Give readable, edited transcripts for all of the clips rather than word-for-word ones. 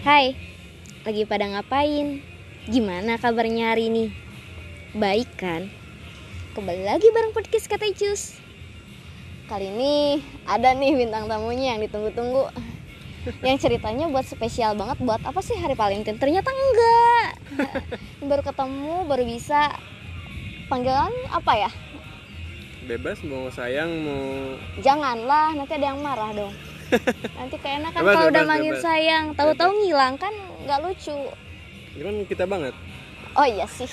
Hai, lagi pada ngapain? Gimana kabarnya hari ini? Baik kan? Kembali lagi bareng podcast Kata Icus. Kali ini ada nih bintang tamunya yang ditunggu-tunggu. Yang ceritanya buat spesial banget, buat apa sih hari Valentine? Ternyata enggak. Baru ketemu, baru bisa. Panggilan apa ya? Bebas, mau sayang, mau... Janganlah, nanti ada yang marah dong. Nanti keenakan Bebas, kalau udah bebas, manggil bebas. sayang, tahu-tahu ngilang kan nggak lucu. Ini kan kita banget. Oh iya sih.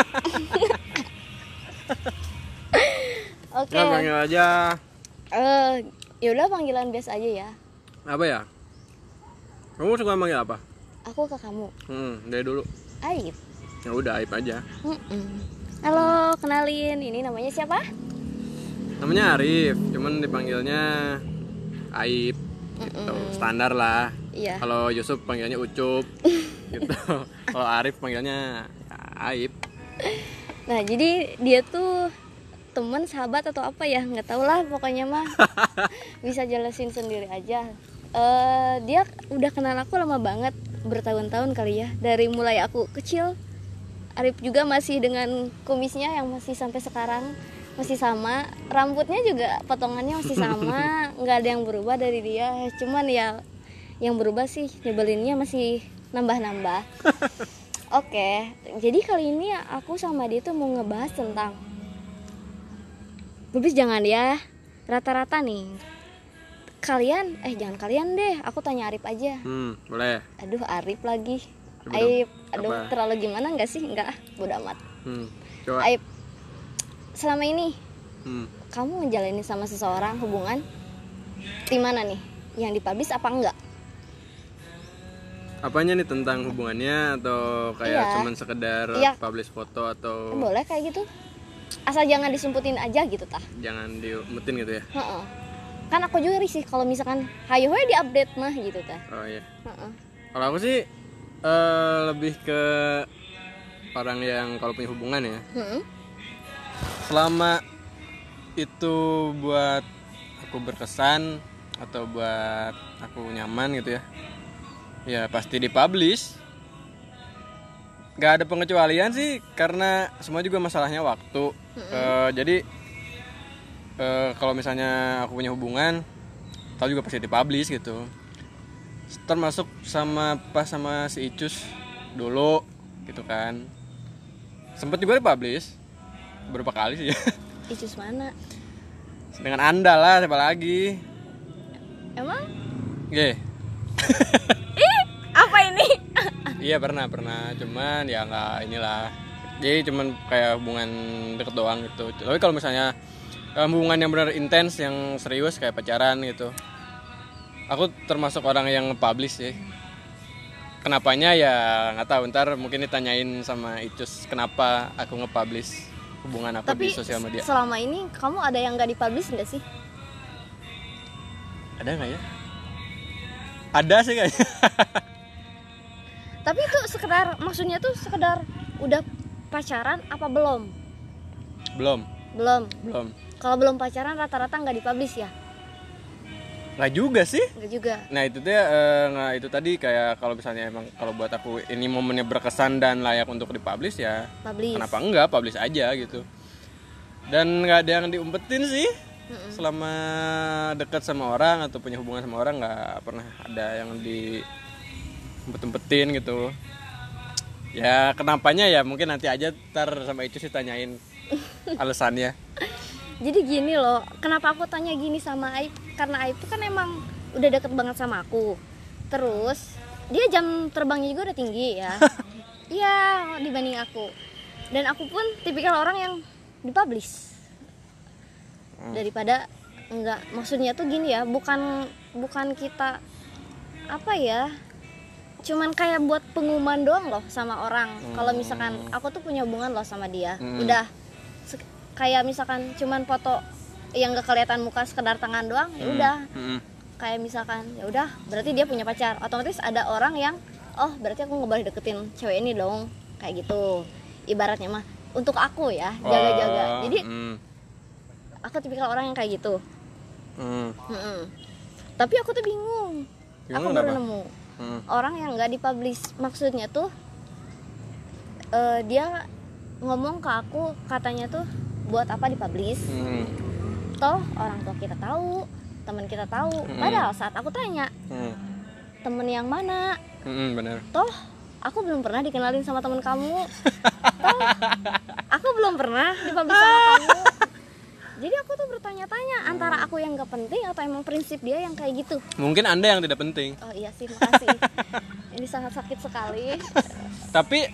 Oke. Nah, panggil aja. Yaudah panggilan biasa aja ya. Apa ya? Kamu suka manggil apa? Aku ke kamu. Dari dulu. Aib. Ya udah, Aib aja. Halo, kenalin. Ini namanya siapa? Namanya Arif, cuman dipanggilnya Aib. Gitu. Standar lah. Iya. Kalau Yusuf panggilnya Ucup. Gitu. Kalau Arif panggilnya Aib. Nah, jadi dia tuh teman, sahabat atau apa ya? Nggak tahu lah pokoknya mah. Bisa jelasin sendiri aja. Dia udah kenal aku lama banget, bertahun-tahun kali ya. Dari mulai aku kecil. Arif juga masih dengan kumisnya yang masih sampai sekarang masih sama, rambutnya juga potongannya masih sama, nggak ada yang berubah dari dia. Cuman ya yang berubah sih nyebelinnya masih nambah-nambah. Oke, jadi kali ini aku sama dia tuh mau ngebahas tentang Bubis. Jangan ya, rata-rata nih kalian, jangan kalian deh, aku tanya Arif aja. Boleh. Aduh, Arif lagi. Coba Aib, dong. aduh Apa? terlalu gimana nggak sih? Nggak, bodo amat. Coba. Aib, selama ini Hmm. kamu ngejalanin sama seseorang hubungan di mana nih? Yang dipublish apa enggak? Apanya nih, tentang hubungannya atau kayak Iya. cuman sekedar Iya. publish foto atau Boleh kayak gitu. Asal jangan disumputin aja gitu tah. jangan diumutin gitu ya? Heeh. Kan aku juga risih kalau misalkan hayo we di-update mah gitu tah. Oh iya. Heeh. Kalau aku sih lebih ke orang yang kalau punya hubungan ya, selama itu buat aku berkesan atau buat aku nyaman gitu ya, ya pasti dipublish. Gak ada pengecualian sih, karena semua juga masalahnya waktu. Jadi kalau misalnya aku punya hubungan, tahu juga pasti dipublish gitu. Termasuk sama si Icus dulu gitu kan, sempet juga dipublish beberapa kali sih ya. Icus mana? Dengan Anda lah, siapa lagi? Emang? Oke. Apa ini? Iya pernah, cuman ya nggak inilah. Jadi cuman kayak hubungan deket doang gitu. Tapi kalau misalnya hubungan yang benar intens, yang serius kayak pacaran gitu, aku termasuk orang yang nge-publish sih. Kenapanya ya nggak tahu, ntar mungkin ditanyain sama Icus kenapa aku nge-publish hubungan aku Tapi di sosial media. selama ini kamu ada yang nggak dipublish nggak sih? Ada nggak ya? Ada sih kayaknya. Tapi itu sekedar, maksudnya tuh sekedar udah pacaran apa belum? Belum. Kalau belum pacaran rata-rata nggak dipublish ya? Nggak juga sih. Nggak juga. Nah itu tuh nggak, itu tadi kayak kalau misalnya emang kalau buat aku ini momennya berkesan dan layak untuk dipublish ya, Publish. kenapa enggak publish aja gitu. Dan nggak ada yang diumpetin sih. Selama dekat sama orang atau punya hubungan sama orang, nggak pernah ada yang diumpet-umpetin gitu. Ya kenapanya ya mungkin nanti aja ntar sama itu sih tanyain alasannya. Jadi gini loh, kenapa aku tanya gini sama Aib? Karena Aib tuh kan emang udah deket banget sama aku. Terus dia jam terbangnya juga udah tinggi ya. Iya, dibanding aku. Dan aku pun tipikal orang yang dipublish daripada enggak. Maksudnya tuh gini ya, bukan kita apa ya, cuman kayak buat pengumuman doang loh sama orang. Kalau misalkan aku tuh punya hubungan loh sama dia, udah kayak misalkan cuman foto yang gak kelihatan muka, sekedar tangan doang, ya udah. Kayak misalkan ya udah berarti dia punya pacar, otomatis ada orang yang berarti aku nggak boleh deketin cewek ini dong, kayak gitu ibaratnya mah untuk aku ya, jaga-jaga. Jadi aku tipikal orang yang kayak gitu. Tapi aku tuh bingung. Aku baru nemu orang yang nggak dipublish. Maksudnya tuh dia ngomong ke aku, katanya tuh buat apa dipublish? Toh orang tua kita tahu, teman kita tahu. Padahal saat aku tanya, temen yang mana? Bener. Toh aku belum pernah dikenalin sama temen kamu. Toh aku belum pernah dipublish sama kamu. Jadi aku tuh bertanya-tanya antara aku yang gak penting atau emang prinsip dia yang kayak gitu. Mungkin Anda yang tidak penting. Oh iya sih, makasih. Ini sangat sakit sekali. Tapi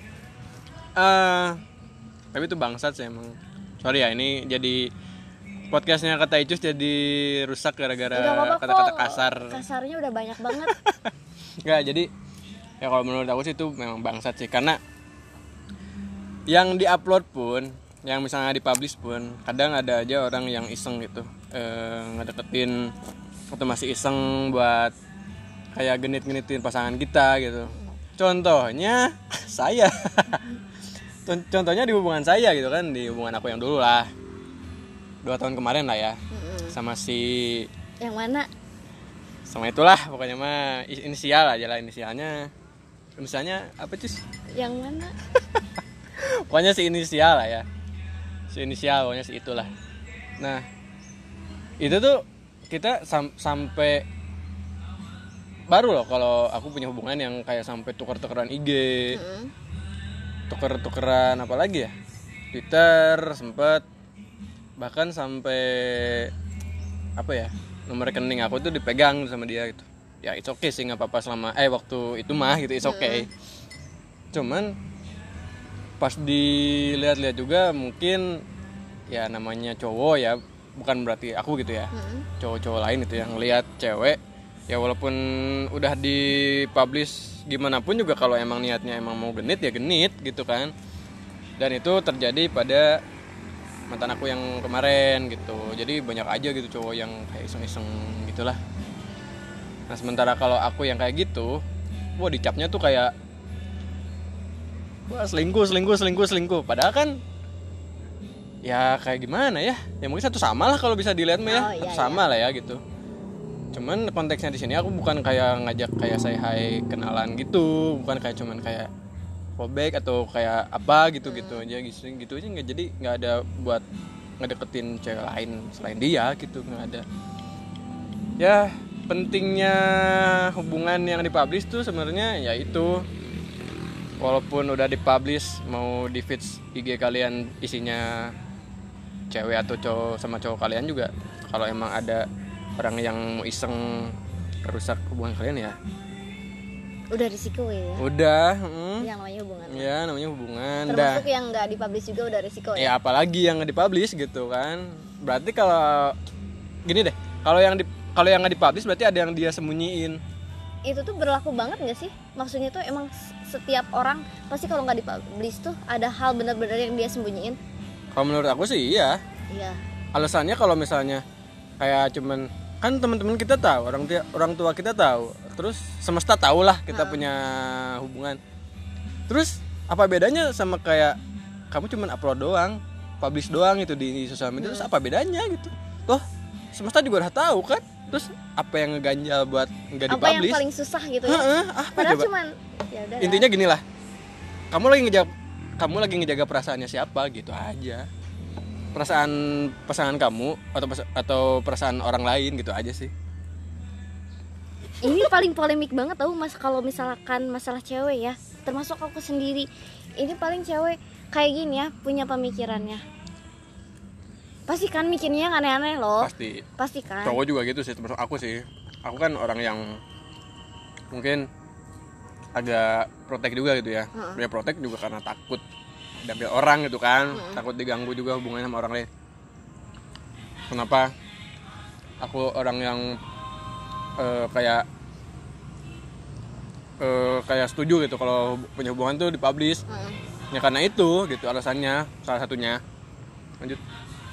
itu bangsat sih emang. Sorry ya, ini jadi podcastnya Kata Icus jadi rusak gara-gara kata-kata kasar. Kasarnya udah banyak banget. Enggak, jadi ya kalau menurut aku sih itu memang bangsat sih, karena yang diupload pun, yang misalnya dipublish pun, kadang ada aja orang yang iseng gitu, ngedeketin atau masih iseng buat kayak genit-genitin pasangan kita gitu. Contohnya saya. Contohnya di hubungan saya gitu kan, di hubungan aku yang dulu lah, 2 tahun kemarin lah ya. Sama si yang mana? Sama itulah pokoknya mah, inisial aja lah, inisialnya apa Cus? Yang mana? Pokoknya si inisial lah ya, si inisial pokoknya si itulah. Nah itu tuh kita sampai baru loh kalau aku punya hubungan yang kayak sampai tuker-tukeran IG, tuker-tukeran apa lagi ya, Twitter sempet, bahkan sampai apa ya, nomor rekening aku tuh dipegang sama dia gitu. Ya it's okay sih, nggak apa-apa selama waktu itu mah gitu, it's okay. Cuman pas dilihat-lihat juga mungkin ya namanya cowok ya, bukan berarti aku gitu ya, cowok-cowok lain itu yang ngelihat cewek ya, walaupun udah dipublish gimana pun juga, kalau emang niatnya emang mau genit ya genit gitu kan. Dan itu terjadi pada mantan aku yang kemarin gitu. Jadi banyak aja gitu cowok yang kayak iseng-iseng gitulah. Nah sementara kalau aku yang kayak gitu, wah dicapnya tuh kayak wah selingkuh. Padahal kan ya kayak gimana ya, ya mungkin satu sama lah kalau bisa dilihat mah ya, satu sama lah ya gitu. Cuman konteksnya di sini aku bukan kayak ngajak kayak say hi kenalan gitu, bukan kayak cuman kayak fallback atau kayak apa gitu aja gitu aja, nggak, jadi nggak ada buat ngedeketin cewek lain selain dia gitu, nggak ada. Ya pentingnya hubungan yang dipublish tuh sebenarnya ya itu, walaupun udah dipublish mau di feeds IG kalian isinya cewek atau cowok sama cowok kalian juga, kalau emang ada orang yang mau iseng rusak hubungan kalian ya udah risiko ya. Udah, yang namanya hubungan. Ya namanya hubungan. Termasuk yang nggak dipublish juga udah risiko ya. Ya apalagi yang nggak dipublish gitu kan. Berarti kalau gini deh, kalau yang nggak dipublish berarti ada yang dia sembunyiin. Itu tuh berlaku banget nggak sih? Maksudnya tuh emang setiap orang pasti kalau nggak dipublish tuh ada hal benar-benar yang dia sembunyiin. Kalau menurut aku sih iya. Iya. Alasannya kalau misalnya kayak cuman kan teman-teman kita tahu, orang tua kita tahu, terus semesta tahu lah kita punya hubungan. Terus apa bedanya sama kayak kamu cuman upload doang, publish doang itu di sosial media, terus apa bedanya gitu? Toh semesta juga udah tahu kan? Terus apa yang ngeganjal buat nggak dipublish? Apa yang paling susah gitu ya? Padahal coba? Cuman ya udah. Intinya gini lah, kamu lagi ngejaga perasaannya siapa gitu aja. Perasaan pasangan kamu atau perasaan orang lain gitu aja sih. Ini paling polemik banget tau mas, kalau misalkan masalah cewek ya, termasuk aku sendiri. Ini paling cewek kayak gini ya, punya pemikirannya. Pasti kan mikirnya yang aneh-aneh loh. Pasti kan. Cowok juga gitu sih, termasuk aku sih. Aku kan orang yang mungkin agak protek juga gitu ya. Dia protek juga karena takut diambil orang gitu kan, takut diganggu juga hubungannya sama orang lain. Kenapa aku orang yang kayak setuju gitu kalau punya hubungan tuh dipublish? Ya karena itu gitu alasannya, salah satunya. Lanjut.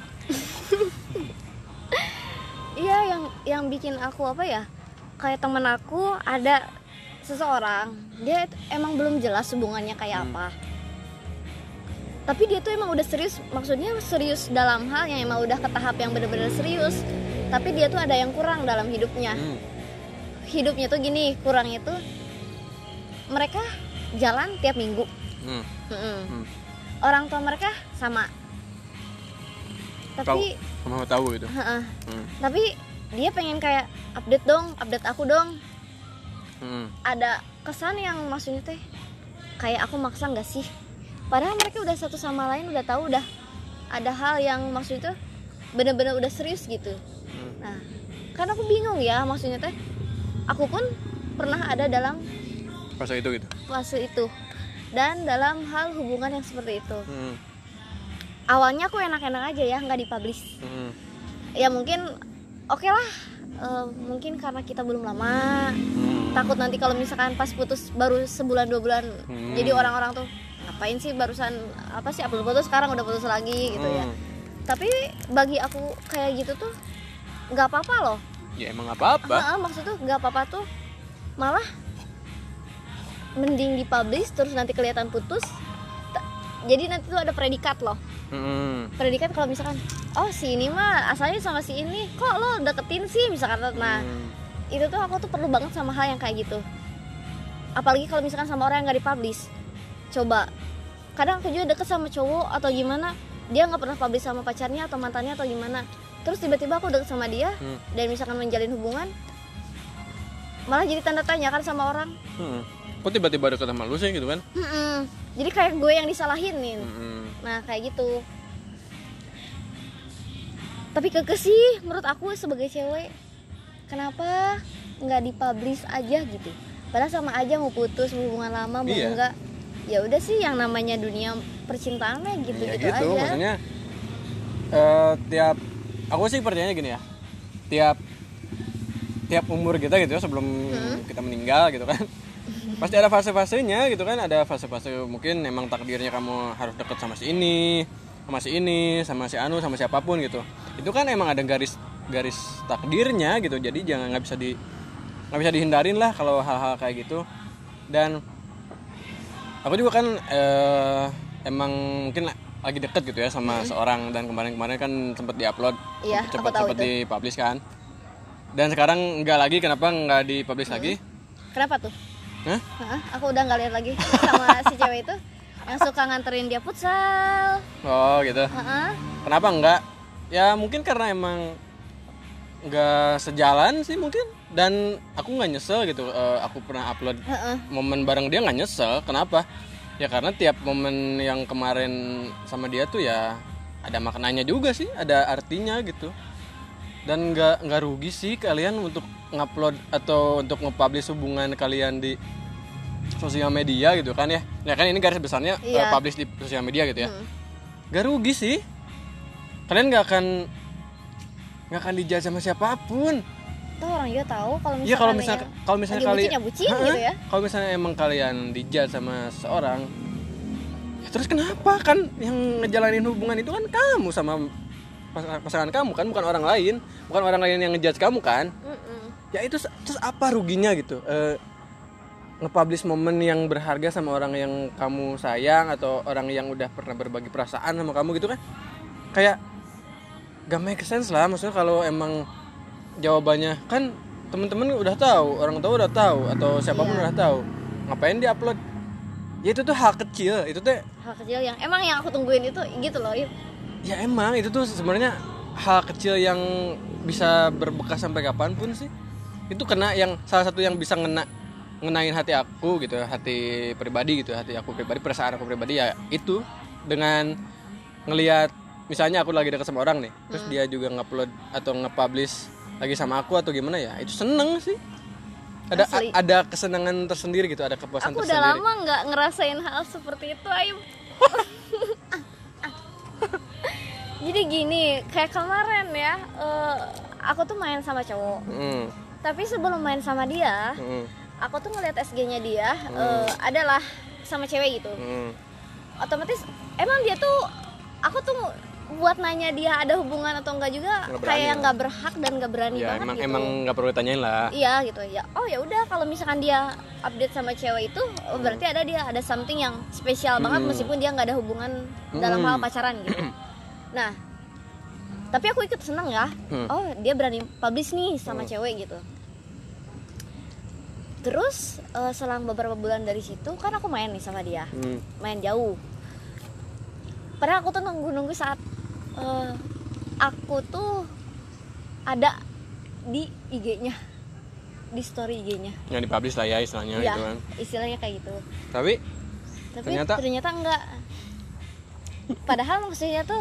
Iya, yang bikin aku apa ya, kayak temen aku ada seseorang, dia emang belum jelas hubungannya kayak apa. Tapi dia tuh emang udah serius, maksudnya serius dalam hal yang emang udah ke tahap yang benar-benar serius. Tapi dia tuh ada yang kurang dalam hidupnya. Hidupnya tuh gini, kurangnya tuh mereka jalan tiap minggu. Orang tua mereka sama. Tapi tahu gitu. Tapi dia pengen kayak update aku dong. Ada kesan yang maksudnya teh kayak aku maksa nggak sih? Padahal mereka udah satu sama lain udah tahu, udah ada hal yang maksudnya tuh bener-bener udah serius gitu. Nah, kan aku bingung ya, maksudnya teh aku pun pernah ada dalam fase itu dan dalam hal hubungan yang seperti itu. Awalnya aku enak-enak aja ya, nggak dipublish. Ya mungkin oke lah, mungkin karena kita belum lama, takut nanti kalau misalkan pas putus baru sebulan 2 bulan, jadi orang-orang tuh ngapain sih barusan apa sih upload foto sekarang udah putus lagi gitu ya. Tapi bagi aku kayak gitu tuh nggak apa-apa loh. Ya emang nggak apa-apa. Maksud tuh nggak apa-apa tuh, malah mending dipublish terus nanti kelihatan putus. Jadi nanti tuh ada predikat loh. Predikat kalau misalkan oh si ini mah asalnya sama si ini, kok lo deketin sih misalkan. Nah itu tuh aku tuh perlu banget sama hal yang kayak gitu. Apalagi kalau misalkan sama orang yang nggak dipublish. Coba kadang aku juga deket sama cowok atau gimana, dia nggak pernah publish sama pacarnya atau mantannya atau gimana, terus tiba-tiba aku deket sama dia dan misalkan menjalin hubungan, malah jadi tanda tanya kan sama orang. Kok tiba-tiba deket sama lu sih gitu kan? Jadi kayak gue yang disalahin nih. Nah kayak gitu. Tapi kekeh sih menurut aku sebagai cewek, kenapa nggak dipublish aja gitu? Padahal sama aja mau putus, mau hubungan lama, mau enggak. Ya udah sih, yang namanya dunia percintaan gitu ya gitu gitu aja. Maksudnya tiap aku sih percayanya gini ya, tiap umur kita gitu ya, sebelum kita meninggal gitu kan, pasti ada fase-fasenya gitu kan. Ada fase-fase mungkin emang takdirnya kamu harus deket sama si ini, sama si anu, sama siapapun gitu. Itu kan emang ada garis takdirnya gitu. Jadi jangan nggak bisa dihindarin lah kalau hal-hal kayak gitu. Dan aku juga kan emang mungkin lagi deket gitu ya sama seorang, dan kemarin kan sempat diupload, sempat dipublish kan. Dan sekarang enggak lagi, kenapa enggak dipublish lagi? Kenapa tuh? Aku udah nggak lihat lagi sama si cewek itu yang suka nganterin dia futsal. Oh gitu. Kenapa enggak? Ya mungkin karena emang nggak sejalan sih mungkin. Dan aku nggak nyesel gitu. Aku pernah upload momen bareng dia, nggak nyesel. Kenapa? Ya karena tiap momen yang kemarin sama dia tuh ya ada maknanya juga sih, ada artinya gitu. Dan nggak rugi sih kalian untuk ngupload atau untuk nge-publish hubungan kalian di sosial media gitu kan ya. Ya kan ini garis besarnya publish di sosial media gitu ya. Gak rugi sih. Kalian nggak akan dijudge sama siapapun. Tuh orang juga tahu kalau misalkan. Iya kalau misalnya kalian bucin gitu ya. Kalau misalnya emang kalian dijudge sama seorang, ya terus kenapa? Kan yang ngejalanin hubungan itu kan kamu sama pasangan kamu kan, bukan orang lain yang ngejudge kamu kan. Ya itu terus apa ruginya gitu? Nge-publish momen yang berharga sama orang yang kamu sayang atau orang yang udah pernah berbagi perasaan sama kamu gitu kan? Kayak gak make sense lah. Maksudnya kalau emang jawabannya kan teman-teman udah tahu, orang tua udah tahu, atau siapapun udah tahu, ngapain di-upload? Ya itu tuh hal kecil, hal kecil yang emang yang aku tungguin itu gitu loh. Ya emang itu tuh sebenarnya hal kecil yang bisa berbekas sampai kapanpun sih. Itu kena yang salah satu yang bisa ngenain hati aku gitu, hati pribadi gitu, hati aku pribadi, perasaan aku pribadi ya itu dengan ngelihat misalnya aku lagi dekat sama orang nih, terus dia juga ngupload atau nge-publish lagi sama aku atau gimana ya, itu seneng sih. Ada kesenangan tersendiri gitu, ada kepuasan aku tersendiri. Aku udah lama nggak ngerasain hal seperti itu, Ayu. Jadi gini, kayak kemarin ya, aku tuh main sama cowok. Tapi sebelum main sama dia, aku tuh ngeliat SG-nya dia adalah sama cewek gitu. Otomatis emang dia tuh, aku tuh buat nanya dia ada hubungan atau enggak juga kayak nggak berhak dan nggak berani ya, banget gitu. Emang nggak perlu ditanyain lah. Iya gitu ya. Oh ya udah, kalau misalkan dia update sama cewek itu berarti ada something yang spesial banget meskipun dia nggak ada hubungan dalam hal pacaran gitu. Nah, tapi aku ikut seneng ya. Oh dia berani publish nih sama cewek gitu. Terus selang beberapa bulan dari situ kan aku main nih sama dia, main jauh. Padahal aku tuh nunggu saat aku tuh ada di IG-nya, di story IG-nya. Yang dipublish lah ya istilahnya ya, gitu kan. Istilahnya kayak gitu. Tapi ternyata enggak. Padahal maksudnya tuh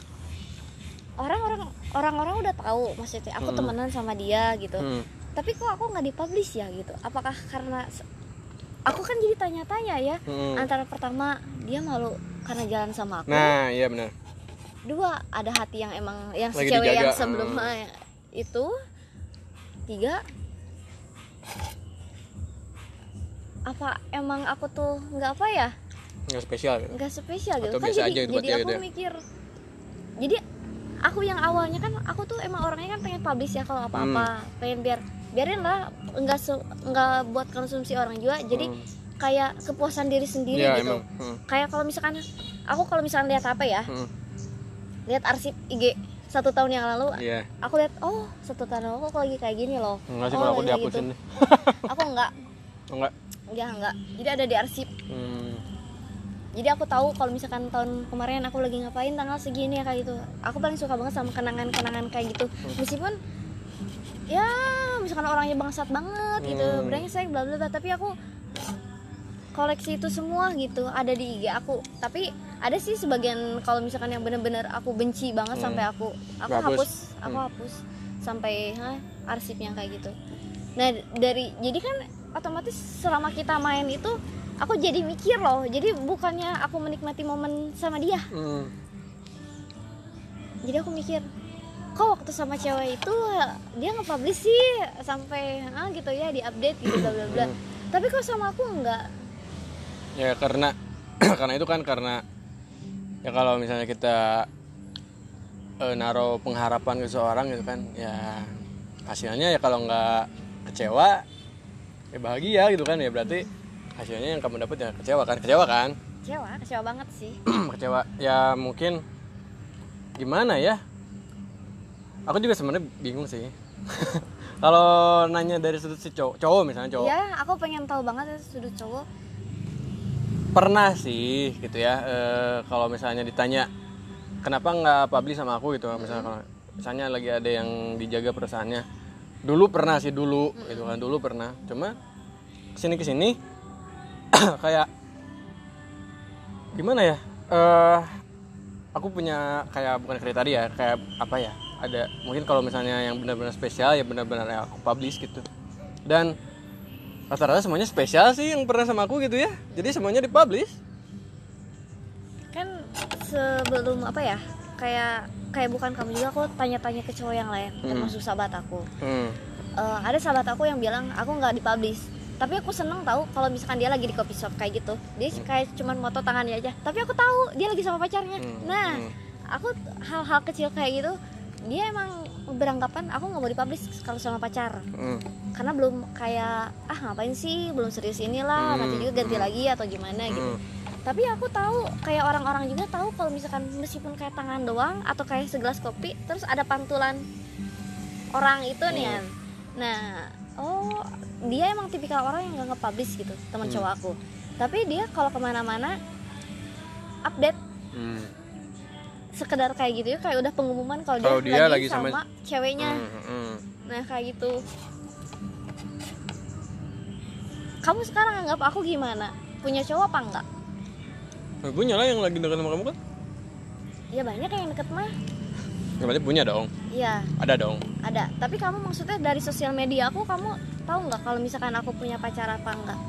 orang-orang udah tahu maksudnya aku temenan sama dia gitu. Tapi kok aku nggak dipublish ya gitu? Apakah karena aku kan jadi tanya-tanya ya, antara pertama dia malu karena jalan sama aku. Nah, iya benar. Dua, ada hati yang emang yang si Lagi cewek dijaga. yang sebelumnya itu. Tiga, apa emang aku tuh nggak apa ya? Nggak spesial gitu. Nggak spesial gitu. Atau Kan biasa aja gitu buat jadi dia aku gitu ya? mikir. Jadi aku yang awalnya kan aku tuh emang orangnya kan pengen publish ya kalau apa-apa, pengen biarin lah, nggak buat konsumsi orang juga. Jadi kayak kepuasan diri sendiri Ya, gitu. Kayak kalau misalkan lihat apa ya, lihat arsip IG 1 tahun yang lalu, aku lihat 1 tahun lalu aku lagi kayak gini loh. Enggak sih kalau aku dihapusin gitu. Aku enggak. Enggak. Jadi ada di arsip. Jadi aku tahu kalau misalkan tahun kemarin aku lagi ngapain tanggal segini ya kayak gitu. Aku paling suka banget sama kenangan-kenangan kayak gitu. Meskipun ya misalkan orangnya bangsat banget gitu, brengsek bla bla bla, tapi aku koleksi itu semua gitu ada di IG aku. Tapi ada sih sebagian kalau misalkan yang benar-benar aku benci banget sampai aku hapus sampai arsipnya kayak gitu. Nah, jadi kan otomatis selama kita main itu aku jadi mikir loh, jadi bukannya aku menikmati momen sama dia. Jadi aku mikir, kok waktu sama cewek itu dia nge-publish sih sampai gitu ya, di-update gitu bla bla bla. Tapi kok sama aku enggak? Ya karena itu kan karena ya kalau misalnya kita naruh pengharapan ke seseorang gitu kan, ya hasilnya ya kalau nggak kecewa ya bahagia gitu kan, ya berarti hasilnya yang kamu dapat ya kecewa kan? Kecewa banget sih. Kecewa ya, mungkin gimana ya, aku juga sebenarnya bingung sih. Kalau nanya dari sudut si cowok misalnya cowok ya aku pengen tahu banget dari sudut cowok. Pernah sih gitu ya, kalau misalnya ditanya kenapa nggak publish sama aku gitu, misalnya kalau misalnya lagi ada yang dijaga perusahaannya, dulu pernah gitu kan, dulu pernah, cuma kesini kayak gimana ya, aku punya kayak bukan kriteria, kayak apa ya, ada mungkin kalau misalnya yang benar-benar spesial ya benar-benar ya aku publish gitu. Dan rata-rata semuanya spesial sih yang pernah sama aku gitu ya, jadi semuanya dipublish. Kan sebelum apa ya, kayak bukan kamu juga, aku tanya-tanya ke cowok yang lain, termasuk sahabat aku. Ada sahabat aku yang bilang aku nggak dipublish, tapi aku seneng tahu kalau misalkan dia lagi di coffee shop kayak gitu, dia kayak cuman foto tangannya aja, tapi aku tahu dia lagi sama pacarnya. Aku hal-hal kecil kayak gitu, dia emang beranggapan aku nggak mau dipublish kalau sama pacar, karena belum kayak ngapain sih, belum serius inilah, nanti juga ganti lagi atau gimana gitu. Tapi aku tahu kayak orang-orang juga tahu kalau misalkan meskipun kayak tangan doang atau kayak segelas kopi terus ada pantulan orang itu nih kan. Nah, dia emang tipikal orang yang nggak nge-publish gitu, teman cowok aku. Tapi dia kalau kemana-mana update, sekedar kayak gitu ya, kayak udah pengumuman kalau dia lagi sama ceweknya. Nah kayak gitu. Kamu sekarang anggap aku gimana? Punya cowok apa enggak? Punya lah yang lagi dekat sama kamu kan? Ya banyak yang deket mah. Ya berarti punya dong. Iya. Ada dong. Ada. Tapi kamu maksudnya dari sosial media aku, kamu tahu nggak kalau misalkan aku punya pacar apa enggak?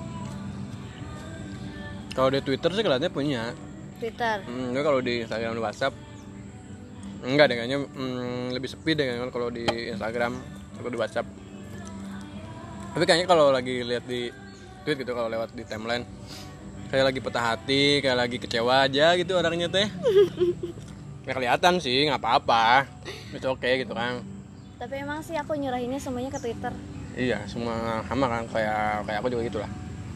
Kalau di Twitter sih kelihatannya punya. Twitter. Tapi kalau di Instagram dan WhatsApp enggak deh kayaknya, lebih sepi deh kayaknya kalau di Instagram atau di WhatsApp. Tapi kayaknya kalau lagi lihat di tweet gitu, kalau lewat di timeline kayak lagi patah hati, kayak lagi kecewa aja gitu orangnya teh. Ya kelihatan sih, nggak apa-apa, itu oke gitu kan. Tapi emang sih aku nyerahinnya semuanya ke Twitter. Iya, semua sama kan, kayak aku juga gitulah.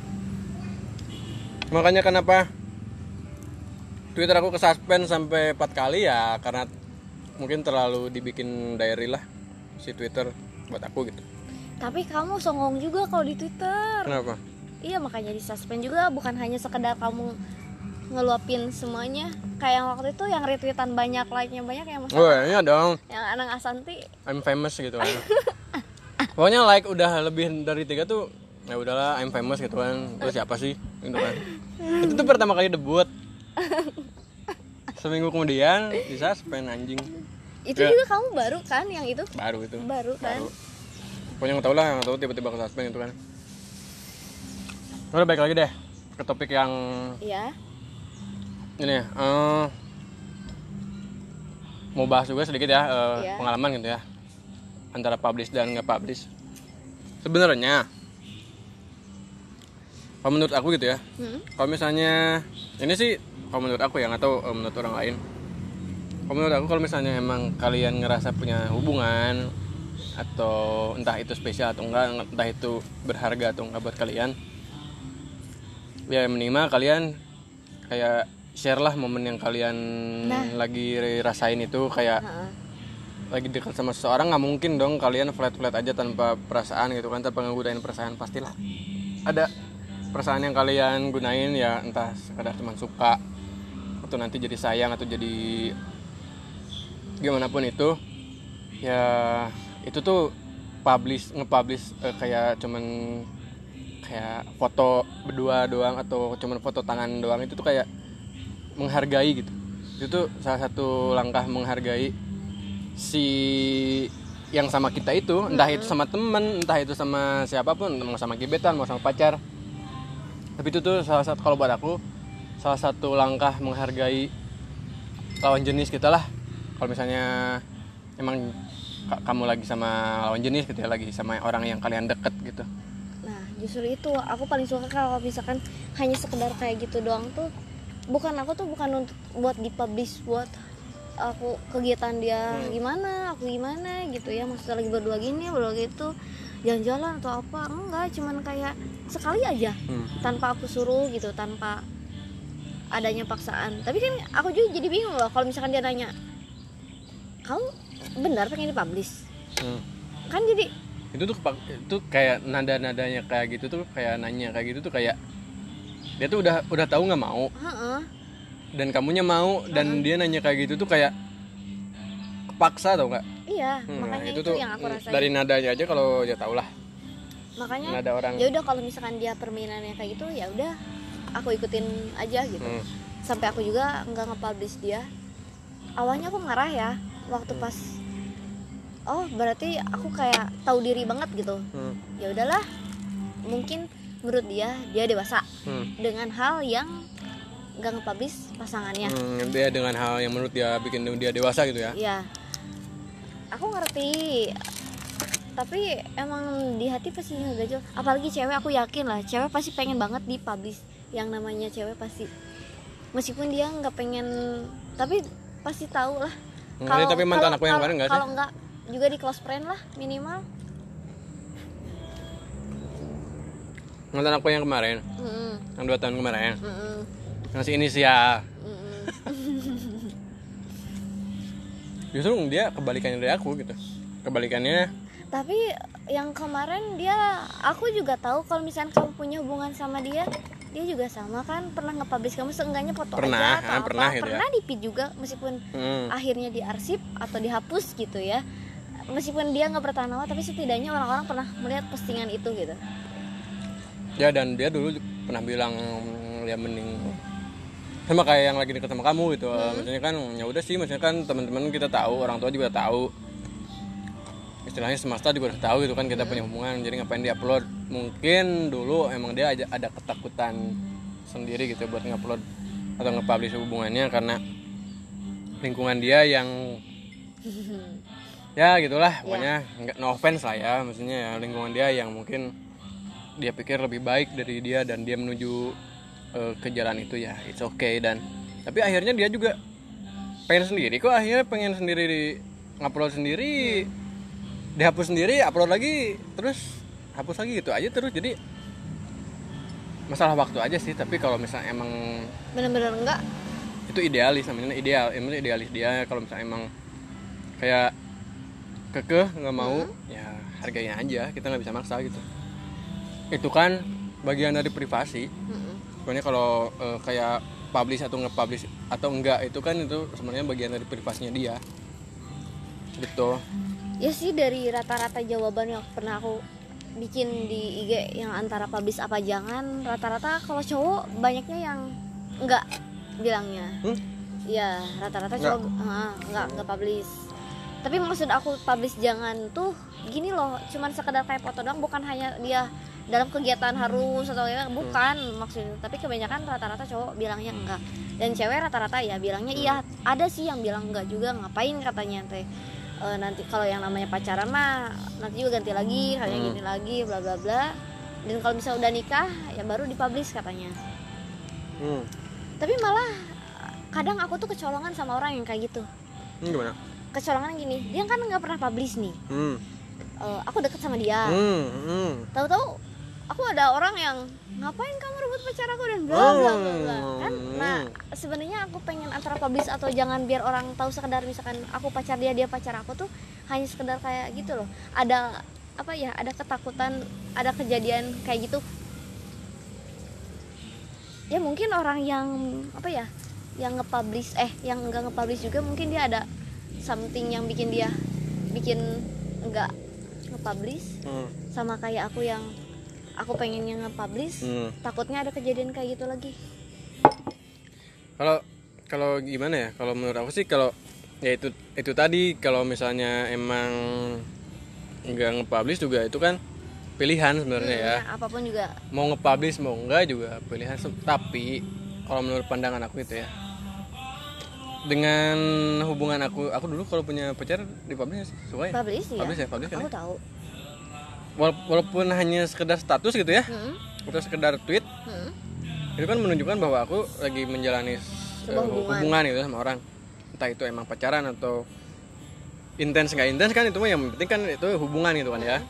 Makanya kenapa Twitter aku kesuspend sampai 4 kali ya, karena mungkin terlalu dibikin diary lah si Twitter buat aku gitu. Tapi kamu songong juga kalau di Twitter. Kenapa? Iya, makanya di suspend juga, bukan hanya sekedar kamu ngeluapin semuanya. Kayak yang waktu itu yang retweetan banyak, like-nya banyak yang masalah. Oh iya dong, Yang Anang Asanti. I'm famous gitu kan. Pokoknya like udah lebih dari 3 tuh ya udahlah, I'm famous gitu kan. Terus siapa sih gitu kan. Itu tuh pertama kali debut. Seminggu kemudian disuspend anjing. Itu Ya. juga kamu baru kan yang itu? Baru itu. Baru kan? Baru. Pokoknya nggak tahu lah, nggak tahu tiba-tiba ke suspend itu kan. Udah balik lagi deh ke topik yang Iya. ini ya. Mau bahas juga sedikit ya, Iya. pengalaman gitu ya antara publish dan nggak publish. Sebenarnya kalau menurut aku gitu ya, kalau misalnya ini sih kalau menurut aku ya, nggak tahu menurut orang lain. Kalau menurut aku, kalau misalnya emang kalian ngerasa punya hubungan atau entah itu spesial atau enggak, entah itu berharga atau enggak buat kalian, ya minimal kalian kayak share lah momen yang kalian lagi rasain itu. Kayak lagi dekat sama seseorang, nggak mungkin dong kalian flat aja tanpa perasaan gitu kan, tanpa ngegunain perasaan. Pastilah ada perasaan yang kalian gunain, ya entah sekadar cuma suka atau nanti jadi sayang atau jadi gimana pun itu. Ya itu tuh nge-publish kayak cuman kayak foto berdua doang atau cuman foto tangan doang, itu tuh kayak menghargai gitu. Itu tuh salah satu langkah menghargai si yang sama kita itu, entah itu sama temen, entah itu sama siapapun, mau sama gebetan, mau sama pacar. Tapi itu tuh salah satu, kalau buat aku, salah satu langkah menghargai lawan jenis kita lah. Kalau misalnya emang kamu lagi sama lawan jenis gitu ya, lagi sama orang yang kalian deket gitu. Nah, justru itu aku paling suka kalau misalkan hanya sekedar kayak gitu doang tuh. Aku bukan untuk buat dipublish buat aku kegiatan dia gimana, aku gimana gitu ya. Maksudnya lagi berdua gini, berdua gitu, jalan-jalan atau apa. Enggak, cuman kayak sekali aja tanpa aku suruh gitu, tanpa adanya paksaan. Tapi kan aku juga jadi bingung loh kalau misalkan dia nanya, kamu benar pengen dipublish? Kan jadi itu kayak nada-nadanya kayak gitu tuh, kayak nanya kayak gitu tuh, kayak dia tuh udah tahu nggak mau, dan kamunya mau, dan dia nanya kayak gitu tuh kayak kepaksa, tau nggak? iya, makanya itu tuh yang aku rasain. dari nadanya aja kalau dia tahu lah. Makanya Nada orang. ya udah, kalau misalkan dia permainannya kayak gitu, ya udah aku ikutin aja gitu. Sampai aku juga nggak nge-publish dia. Awalnya aku marah ya waktu pas berarti aku kayak tahu diri banget gitu. Ya udahlah, mungkin menurut dia dewasa dengan hal yang nggak nge-publish pasangannya. Dia dengan hal yang menurut dia bikin dia dewasa gitu ya. Iya, aku ngerti, tapi emang di hati pasti ngegajol. Apalagi cewek, aku yakin lah cewek pasti pengen banget dipublish. Yang namanya cewek pasti, meskipun dia nggak pengen, tapi pasti tahu lah. Tapi mantan aku yang kemarin nggak sih? Kalau nggak juga di close friend lah minimal. Mantan aku yang kemarin, yang 2 tahun kemarin, ngasih inisial. Justru dia kebalikannya dari aku gitu. Kebalikannya. Tapi yang kemarin aku juga tahu kalau misalnya kamu punya hubungan sama dia juga sama kan, pernah nge-publish kamu seenggaknya foto Pernah, aja atau pernah apa, gitu ya. pernah di-feed juga, meskipun akhirnya diarsip atau dihapus gitu ya. Meskipun dia nggak bertahan lama, tapi setidaknya orang-orang pernah melihat postingan itu gitu. Ya, dan dia dulu pernah bilang ya mending sama kayak yang lagi deket sama kamu gitu. Maksudnya kan ya udah sih, maksudnya kan teman-teman kita tahu, orang tua juga tahu, istilahnya semesta juga udah tahu gitu kan kita punya hubungan, jadi ngapain dia-upload. Mungkin dulu emang dia ada ketakutan sendiri gitu buat ngupload atau nge-publish hubungannya, karena lingkungan dia yang ya gitulah pokoknya. Nggak, no offense lah ya, maksudnya ya lingkungan dia yang mungkin dia pikir lebih baik dari dia, dan dia menuju ke jalan itu. Ya it's okay. Dan tapi akhirnya dia juga pengen sendiri kok, akhirnya pengen sendiri ngupload sendiri, dihapus sendiri, upload lagi, terus hapus lagi gitu aja terus. Jadi masalah waktu aja sih. Tapi kalau misalnya emang bener-bener enggak, itu idealis namanya, idealis dia. Kalau misalnya emang kayak kekeh nggak mau, ya harganya aja, kita nggak bisa maksa gitu. Itu kan bagian dari privasi. Sebenarnya kalau kayak publish atau nge-publish atau enggak itu kan itu sebenarnya bagian dari privasinya dia gitu. Ya sih, dari rata-rata jawaban yang pernah aku bikin di IG yang antara publish apa jangan, rata-rata kalau cowok banyaknya yang enggak bilangnya. Iya, rata-rata cowok enggak publish. Tapi maksud aku publish jangan tuh gini loh, cuman sekedar kayak foto doang, bukan hanya dia dalam kegiatan harus atau ya, bukan maksudnya. Tapi kebanyakan rata-rata cowok bilangnya enggak, dan cewek rata-rata ya bilangnya iya. Ada sih yang bilang enggak juga, ngapain katanya teh. Nanti kalau yang namanya pacaran mah nanti juga ganti lagi, halnya gini lagi, bla bla bla. Dan kalau misalnya udah nikah ya baru dipublish katanya. Tapi malah kadang aku tuh kecolongan sama orang yang kayak gitu. Gimana? Kecolongan gini, dia kan nggak pernah publish nih. Aku deket sama dia. Tahu-tahu aku ada orang yang ngapain kamu rebut pacar aku dan bla bla bla kan. Nah sebenarnya aku pengen antara publish atau jangan, biar orang tahu sekedar misalkan aku pacar dia, dia pacar aku tuh hanya sekedar kayak gitu loh. Ada apa ya, ada ketakutan, ada kejadian kayak gitu ya. Mungkin orang yang apa ya, yang nge-publish yang enggak nge-publish juga, mungkin dia ada something yang bikin dia enggak nge-publish. Sama kayak aku yang aku pengennya nge-publish, takutnya ada kejadian kayak gitu lagi. Kalau gimana ya, kalau menurut aku sih, kalau ya itu tadi, kalau misalnya emang nggak nge-publish juga itu kan pilihan sebenarnya ya. Apapun juga, mau nge-publish mau enggak juga pilihan. Tapi kalau menurut pandangan aku itu ya, dengan hubungan aku dulu kalau punya pacar di-publish suka ya? Publish ya? Publish kan aku ya? tahu. Walaupun hanya sekedar status gitu ya, atau sekedar tweet, itu kan menunjukkan bahwa aku lagi menjalani hubungan gitu sama orang. Entah itu emang pacaran atau intens nggak intens kan, itu mah yang penting kan itu hubungan gitu kan ya.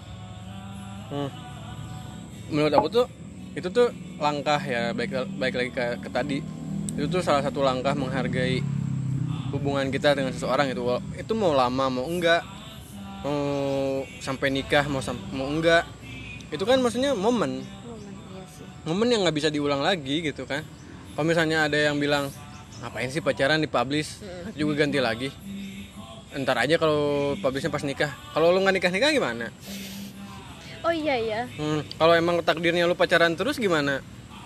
Menurut aku tuh itu tuh langkah ya, baik lagi ke tadi, itu tuh salah satu langkah menghargai hubungan kita dengan seseorang itu. Itu mau lama mau enggak, mau sampai nikah mau enggak, itu kan maksudnya momen Iya sih. Momen yang nggak bisa diulang lagi gitu kan. Kalau misalnya ada yang bilang ngapain sih pacaran dipublish, juga ganti lagi, entar aja kalau publishnya pas nikah. Kalau lu nggak nikah gimana? Oh iya. Kalau emang takdirnya lu pacaran terus gimana?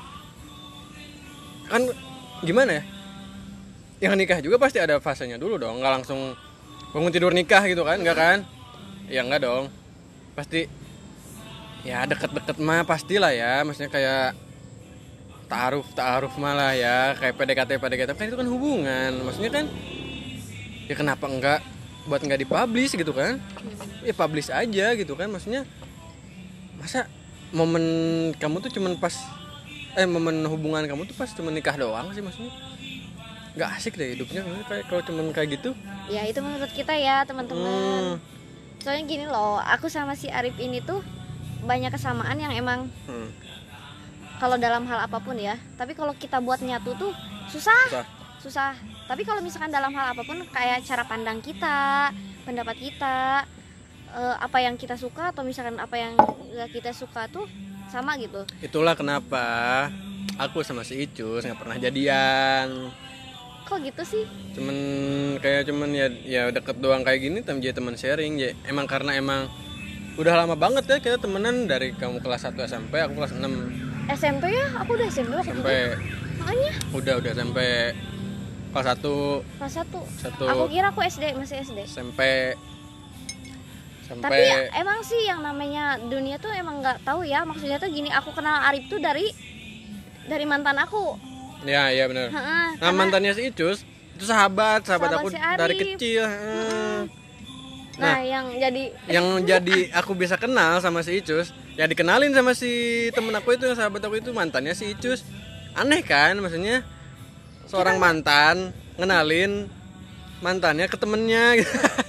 Kan gimana ya? Yang nikah juga pasti ada fasenya dulu dong, nggak langsung bangun tidur nikah gitu kan, nggak kan? Ya nggak dong, pasti ya deket-deket mah pastilah ya, maksudnya kayak ta'aruf malah ya, kayak PDKT kan itu kan hubungan, maksudnya kan ya kenapa enggak buat nggak dipublish gitu kan? Ya publish aja gitu kan, maksudnya masa momen kamu tuh cuman pas momen hubungan kamu tuh pas cuman nikah doang sih, maksudnya nggak asik deh hidupnya kayak kalau cuman kayak gitu. Ya itu menurut kita ya teman-teman. Soalnya gini loh, aku sama si Arif ini tuh banyak kesamaan yang emang kalau dalam hal apapun ya. Tapi kalau kita buat nyatu tuh susah. Tapi kalau misalkan dalam hal apapun, kayak cara pandang kita, pendapat kita, apa yang kita suka atau misalkan apa yang gak kita suka tuh sama gitu. Itulah kenapa aku sama si Icus nggak pernah jadian. Kok gitu sih? Cuman ya deket doang kayak gini, jadi teman sharing ya. Emang karena udah lama banget ya kita temenan, dari kamu kelas 1 SMP, aku kelas 6 SMP ya, aku udah SMP waktu itu. Makanya udah sampai kelas 1. Aku kira aku masih SD. Sampai tapi emang sih yang namanya dunia tuh emang nggak tahu ya. Maksudnya tuh gini, aku kenal Arif tuh dari mantan aku. Ya benar. Nah mantannya si Icus itu sahabat aku si dari kecil. Nah yang jadi aku bisa kenal sama si Icus, ya dikenalin sama si temen aku itu, sahabat aku itu mantannya si Icus. Aneh kan, maksudnya seorang mantan ngenalin mantannya ke temennya gitu.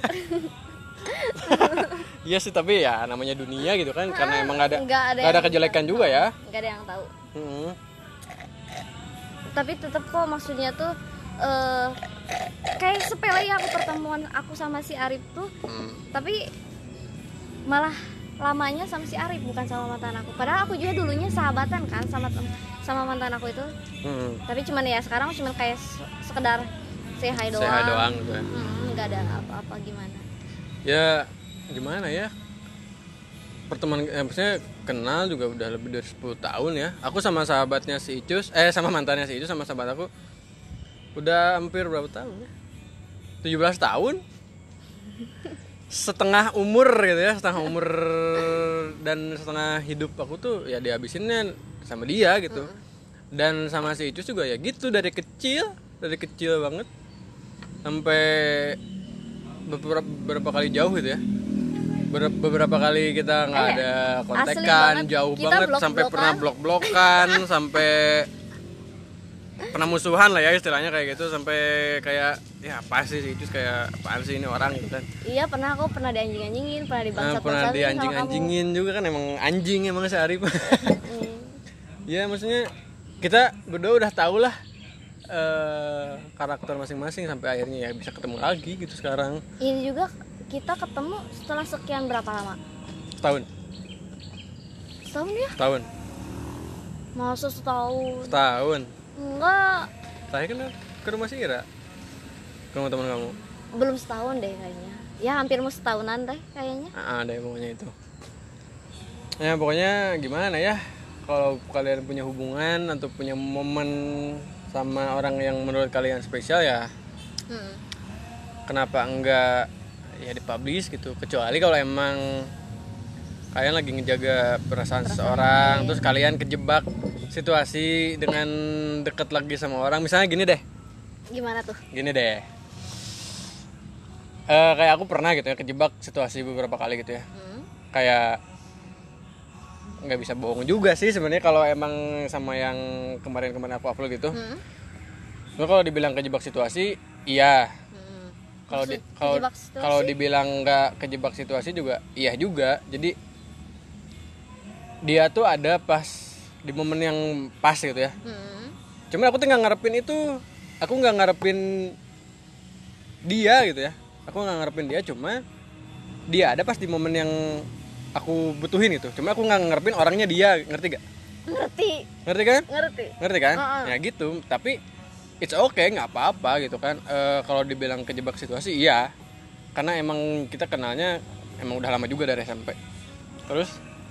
Iya sih, tapi ya namanya dunia gitu kan, karena emang gak ada kejelekan juga ya. Gak ada yang tahu. Tapi tetap kok maksudnya tuh eh kayak sepele ya aku pertemuan aku sama si Arif tuh, tapi malah lamanya sama si Arif bukan sama mantan aku. Padahal aku juga dulunya sahabatan kan sama mantan aku itu. Tapi cuman ya sekarang cuman kayak sekedar say hi doang. Say hi doang gitu ya. Nggak ada apa-apa gimana. Ya gimana ya? Pertemanan maksudnya kenal juga udah lebih dari 10 tahun ya. Aku sama sahabatnya si Icus, sama mantannya si Icus sama sahabat aku udah hampir berapa tahun ya? 17 tahun. Setengah umur gitu ya, setengah umur dan setengah hidup aku tuh ya dihabisinnya sama dia gitu. Dan sama si Icus juga ya gitu dari kecil banget sampai beberapa kali jauh gitu ya. Beberapa kali kita nggak ada kontekan, jauh kita banget, sampai pernah blok-blokan, sampai pernah musuhan lah ya istilahnya kayak gitu, sampai kayak ya apa sih Icus, kayak apaan sih ini orang gitu kan. Iya, aku pernah dianjing-anjingin, pernah dibangsat-bangsatin, pernah dianjing-anjingin juga kan, emang si Arif. Ya maksudnya kita berdua udah tahu lah karakter masing-masing sampai akhirnya ya bisa ketemu lagi gitu sekarang. Ini juga kita ketemu setelah sekian berapa lama? Setahun ya? Setahun. Masa setahun? Enggak. Saya kan ke rumah si Ira, ke rumah teman kamu. Belum setahun deh kayaknya. Ya hampir mau setahunan deh kayaknya. Deh pokoknya itu. Ya pokoknya gimana ya, kalau kalian punya hubungan atau punya momen sama orang yang menurut kalian spesial ya, kenapa enggak ya dipublish gitu, kecuali kalau emang kalian lagi ngejaga perasaan seseorang, terus kalian kejebak situasi dengan deket lagi sama orang, misalnya gini deh. Gimana tuh? Gini deh, kayak aku pernah gitu ya kejebak situasi beberapa kali gitu ya. Kayak nggak bisa bohong juga sih sebenarnya kalau emang sama yang kemarin aku upload gitu. Kalau dibilang kejebak situasi, iya. Kalau dibilang nggak kejebak situasi juga iya juga. Jadi dia tuh ada pas di momen yang pas gitu ya. Cuma aku tuh nggak ngarepin itu, aku nggak ngarepin dia gitu ya. Aku nggak ngarepin dia, cuma dia ada pas di momen yang aku butuhin gitu. Cuma aku nggak ngarepin orangnya dia, ngerti gak? Ngerti kan? Ngerti kan? Ya gitu. Tapi it's okay, nggak apa-apa gitu kan. Kalau dibilang kejebak situasi, iya. Karena emang kita kenalnya emang udah lama juga dari SMP. Terus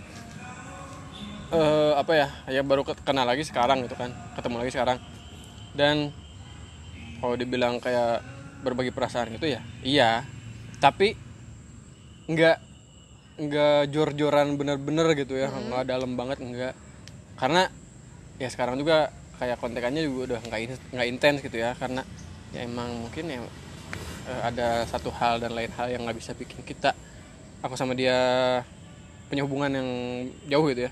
ya baru kenal lagi sekarang gitu kan, ketemu lagi sekarang. Dan kalau dibilang kayak berbagi perasaan gitu ya, iya. Tapi nggak jor-joran bener-bener gitu ya, nggak dalam banget, nggak. Karena ya sekarang juga kayak kontekannya juga udah nggak intens gitu ya, karena ya emang mungkin ya ada satu hal dan lain hal yang nggak bisa bikin aku sama dia punya hubungan yang jauh gitu ya.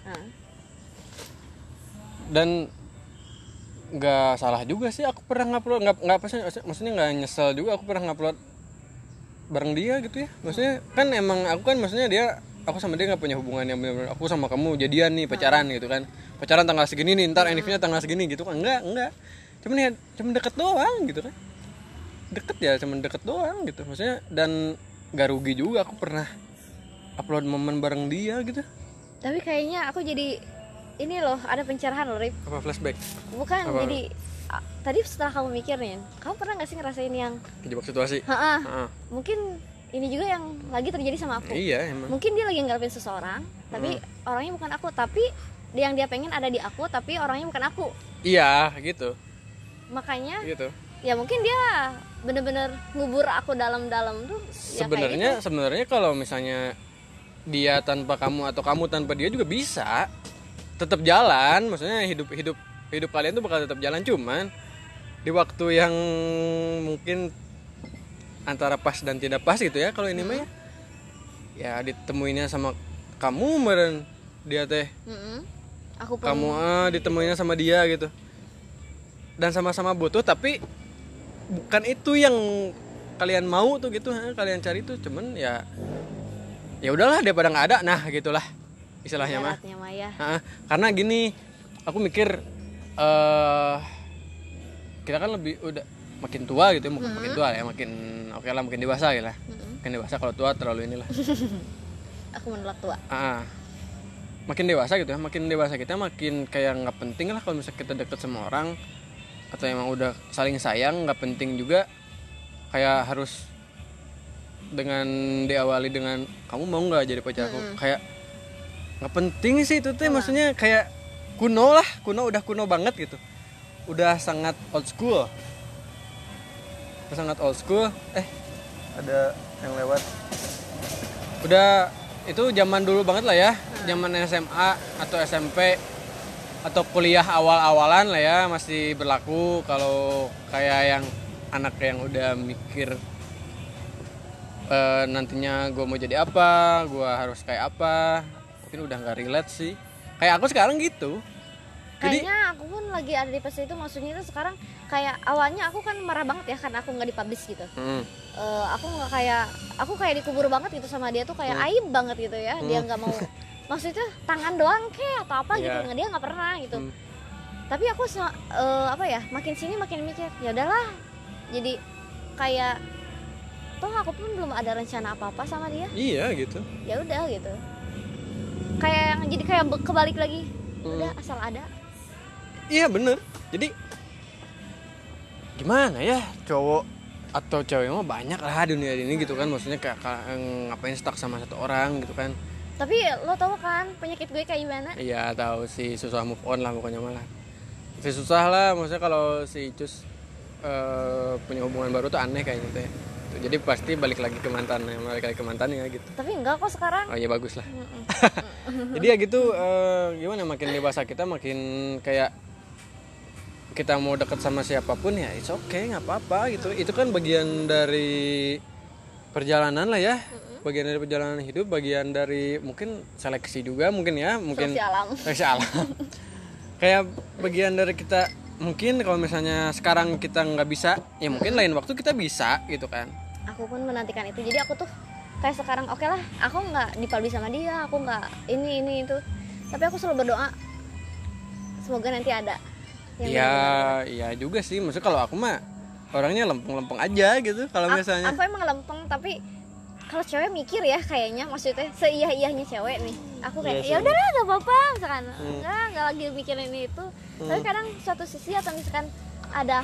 Dan nggak salah juga sih aku pernah ngupload, maksudnya nggak nyesel juga aku pernah ngupload bareng dia gitu ya. Maksudnya kan emang aku sama dia nggak punya hubungan yang benar-benar aku sama kamu jadian nih, pacaran gitu kan, pacaran tanggal segini nih, ntar anniversary tanggal segini gitu kan, enggak, cuman deket doang gitu kan, cuman deket doang gitu maksudnya. Dan gak rugi juga aku pernah upload momen bareng dia gitu. Tapi kayaknya aku jadi ini loh, ada pencerahan loh, Rip. Apa flashback? Bukan, jadi tadi setelah kamu mikirin, kamu pernah gak sih ngerasain yang kejebak situasi? Mungkin ini juga yang lagi terjadi sama aku. Iya emang. Mungkin dia lagi ngarepin seseorang, tapi orangnya bukan aku. Tapi yang dia pengen ada di aku, tapi orangnya bukan aku. Iya gitu. Makanya gitu. Ya mungkin dia bener-bener ngubur aku dalam-dalam tuh. Sebenarnya kalau misalnya dia tanpa kamu atau kamu tanpa dia juga bisa tetap jalan, maksudnya hidup kalian tuh bakal tetap jalan, cuman di waktu yang mungkin antara pas dan tidak pas gitu ya. Kalau ini mah ya ditemuinnya sama kamu meren dia teh, kamu ditemuinnya sama dia gitu, dan sama-sama butuh, tapi bukan itu yang kalian mau tuh gitu, kalian cari tuh, cuman ya udahlah daripada nggak ada, nah gitulah istilahnya mah. Karena gini, aku mikir kita kan lebih udah makin tua gitu ya, makin tua ya, makin oke lah, makin dewasa gitu lah. Makin dewasa, kalau tua terlalu inilah. Aku menolak tua. Makin dewasa gitu ya, makin dewasa kita makin kayak nggak penting lah kalau misalnya kita deket sama orang atau emang udah saling sayang, nggak penting juga kayak harus dengan diawali dengan kamu mau nggak jadi pacarku. Kayak nggak penting sih itu teh, maksudnya kayak udah kuno banget gitu, udah sangat old school. Ada yang lewat. Udah itu zaman dulu banget lah ya, zaman SMA atau SMP atau kuliah awal-awalan lah ya masih berlaku. Kalau kayak yang anak yang udah mikir nantinya gue mau jadi apa, gue harus kayak apa, mungkin udah nggak relate sih. Kayak aku sekarang gitu. Kayaknya aku pun lagi ada di fase itu, maksudnya itu sekarang kayak awalnya aku kan marah banget ya karena aku nggak dipublish gitu. Aku kayak dikubur banget gitu sama dia tuh, kayak aib banget gitu ya. Dia nggak mau, maksudnya tangan doang kayak atau apa gitu, dia nggak pernah gitu. Tapi aku makin sini makin mikir ya udahlah, jadi kayak toh aku pun belum ada rencana apa-apa sama dia. Iya gitu. Ya udah gitu. Kayak yang jadi kayak kebalik lagi. Udah asal ada. Iya bener. Jadi gimana ya, cowok atau cewek mah banyak lah dunia ini gitu kan. Maksudnya kayak ngapain stuck sama satu orang gitu kan. Tapi lo tau kan penyakit gue kayak gimana? Iya tahu sih, susah move on lah pokoknya malah. Susah lah, maksudnya kalau si Cus punya hubungan baru tuh aneh kayaknya tuh ya. Jadi pasti balik lagi ke mantannya gitu. Tapi enggak kok sekarang. Oh iya bagus lah. Jadi ya gitu, gimana, makin dewasa kita makin kayak kita mau deket sama siapapun ya it's okay, nggak apa-apa gitu. Itu kan bagian dari perjalanan lah ya, bagian dari perjalanan hidup, bagian dari mungkin seleksi juga mungkin ya, mungkin seleksi alam. Kayak bagian dari kita. Mungkin kalau misalnya sekarang kita nggak bisa, ya mungkin lain waktu kita bisa gitu kan. Aku pun menantikan itu. Jadi aku tuh kayak sekarang oke lah, aku nggak dipublish sama dia, aku nggak ini itu. Tapi aku selalu berdoa semoga nanti ada. Iya juga sih. Maksudnya kalau aku mah orangnya lempeng-lempeng aja gitu. Kalau misalnya. Aku emang lempeng, tapi kalau cewek mikir ya kayaknya, maksudnya seiyah-iyahnya cewek nih. Aku kayak ya udahlah nggak apa-apa misalkan. Nggak lagi mikirin itu. Tapi kadang suatu sisi atau misalkan ada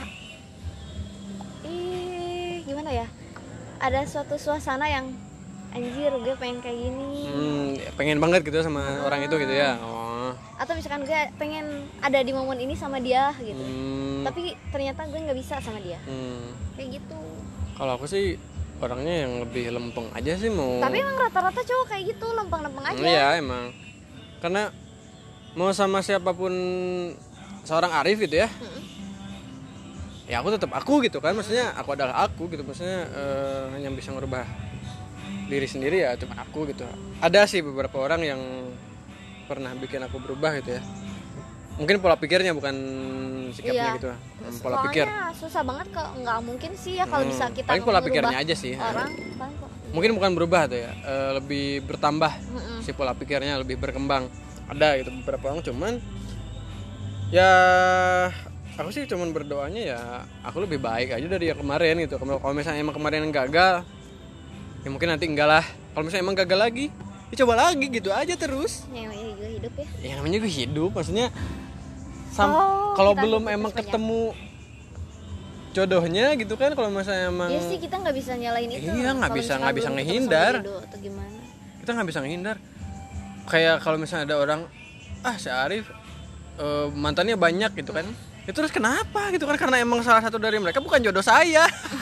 gimana ya, ada suatu suasana yang anjir gue pengen kayak gini, pengen banget gitu sama orang itu gitu ya. Atau misalkan gue pengen ada di momen ini sama dia gitu, tapi ternyata gue nggak bisa sama dia, kayak gitu. Kalau aku sih orangnya yang lebih lempeng aja sih mau. Tapi emang rata-rata cowok kayak gitu, lempeng-lempeng aja. Iya emang, karena mau sama siapapun seorang Arif gitu ya, ya aku tetap aku gitu kan. Maksudnya aku adalah aku gitu. Maksudnya yang bisa ngerubah diri sendiri ya cuma aku gitu. Ada sih beberapa orang yang pernah bikin aku berubah gitu ya. Mungkin pola pikirnya bukan sikapnya gitu. Pola pikir. Susah banget kok, nggak mungkin sih ya kalau bisa kita paling pola pikirnya aja sih. Orang mungkin bukan berubah tuh ya, lebih bertambah si pola pikirnya, lebih berkembang. Ada gitu beberapa orang, cuman ya aku sih cuman berdoanya ya aku lebih baik aja dari yang kemarin gitu. Kalau misalnya emang kemarin kagagal, ya mungkin nanti enggak lah. Kalau misalnya emang gagal lagi, ya coba lagi gitu aja terus. Ya namanya juga hidup ya. Ya namanya juga hidup, maksudnya kalau belum emang ketemu jodohnya gitu kan. Kalau misalnya emang ya sih kita nggak bisa nyalain itu. Iya nggak bisa ngehindar. Kita nggak bisa ngehindar. Kayak kalau misalnya ada orang si Arif mantannya banyak gitu kan. Ya terus kenapa gitu kan? Karena emang salah satu dari mereka bukan jodoh saya.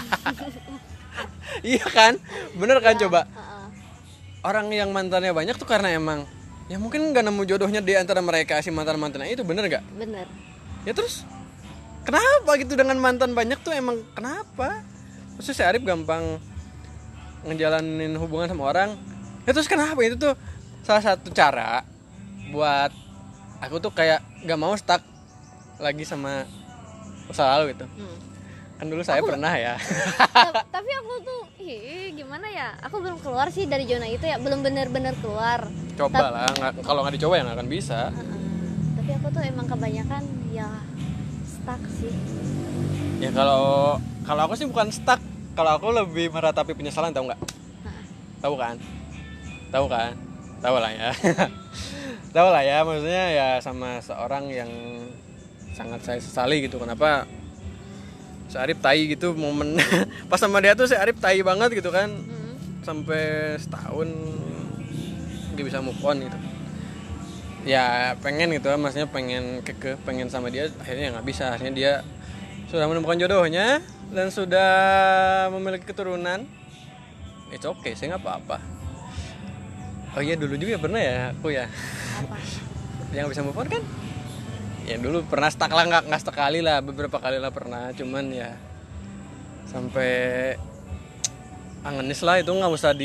Iya kan? Bener kan ya, coba. Orang yang mantannya banyak tuh karena emang ya mungkin gak nemu jodohnya di antara mereka si mantan-mantannya itu, bener gak? Bener. Ya terus kenapa gitu dengan mantan banyak tuh, emang kenapa? Maksudnya si Arif gampang ngejalanin hubungan sama orang. Ya terus kenapa? Itu tuh salah satu cara buat aku tuh kayak gak mau stuck lagi sama masa lalu gitu. Kan dulu saya pernah ya. Tapi aku tuh gimana ya, aku belum keluar sih dari zona itu ya, belum benar-benar keluar. Coba lah, kalau nggak dicoba ya nggak akan bisa. Tapi aku tuh emang kebanyakan ya stuck sih. Ya kalau aku sih bukan stuck. Kalau aku lebih meratapi penyesalan, tahu nggak? Tahu kan? Tahu lah ya. Tahu lah ya, maksudnya ya sama seorang yang sangat saya sesali gitu. Kenapa si Arif tai gitu momen pas sama dia tuh si Arif tai banget gitu kan. Sampai setahun nggak bisa move on gitu. Ya pengen gitu, maksudnya pengen sama dia, akhirnya nggak bisa. Akhirnya dia sudah menemukan jodohnya dan sudah memiliki keturunan. It's okay, saya nggak apa-apa. Oh iya, dulu juga pernah ya aku ya. Apa? Yang bisa move on kan? Ya dulu pernah stuck lah, nggak sekali lah, beberapa kali lah pernah. Cuman ya sampai angenis lah, itu nggak usah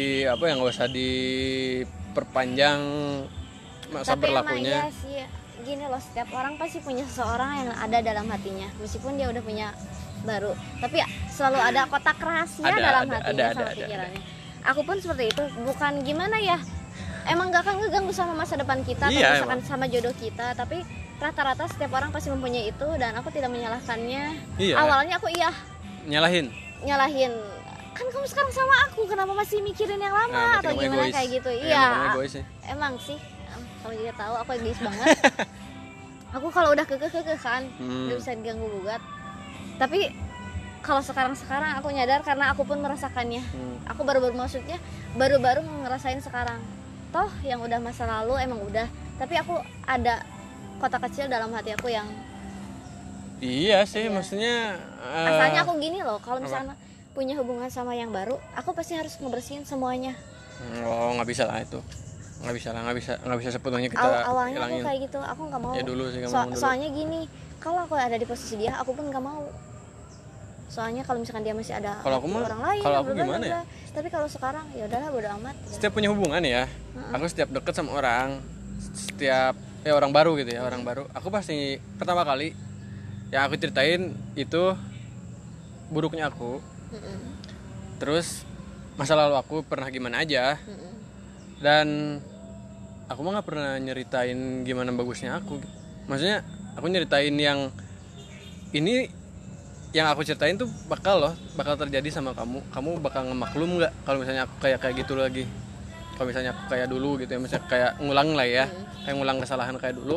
diperpanjang masa Tapi berlakunya. emang iya sih, gini loh, setiap orang pasti punya seseorang yang ada dalam hatinya, meskipun dia udah punya baru, tapi ya selalu ada kotak rahasia dalam hatinya sama pikirannya. Aku pun seperti itu, bukan gimana ya, emang gak akan ngeganggu sama masa depan kita, Iya, atau misalkan sama jodoh kita, tapi rata-rata setiap orang pasti mempunyai itu, dan aku tidak menyalahkannya. Iya. Awalnya aku Nyalahin. Kan kamu sekarang sama aku, kenapa masih mikirin yang lama, Nah, atau gimana egois. kayak gitu. Iya, egois sih. Emang sih, kamu juga tahu aku egois banget. Aku kalau udah kekeh kan udah bisa diganggu gugat. Tapi kalau sekarang aku nyadar karena aku pun merasakannya. Aku baru ngerasain sekarang. Toh yang udah masa lalu emang udah, tapi aku ada kotak kecil dalam hati aku yang Iya sih, maksudnya asalnya aku gini loh, kalau misalnya punya hubungan sama yang baru, aku pasti harus ngebersihin semuanya. Oh, nggak bisa lah itu. Nggak bisa sepenuhnya kita Awalnya hilangin. aku kayak gitu, aku nggak mau. Ya dulu sih nggak mau dulu. Soalnya gini, kalau aku ada di posisi dia, aku pun nggak mau. Soalnya kalau misalkan dia masih ada orang lain, kalau aku gimana ya? Tapi kalau sekarang ya udahlah, bodo amat. Setiap punya hubungan ya, aku setiap deket sama orang, setiap orang baru gitu ya, orang baru, aku pasti pertama kali yang aku ceritain itu buruknya aku. Terus masa lalu aku pernah gimana aja. Dan aku mah nggak pernah nyeritain gimana bagusnya aku. Maksudnya aku nyeritain yang ini, yang aku ceritain tuh bakal terjadi sama kamu bakal ngemaklum nggak kalau misalnya aku kayak gitu lagi, kalau misalnya aku kayak dulu gitu ya, misalnya kayak ngulang lah ya, kayak ngulang kesalahan kayak dulu.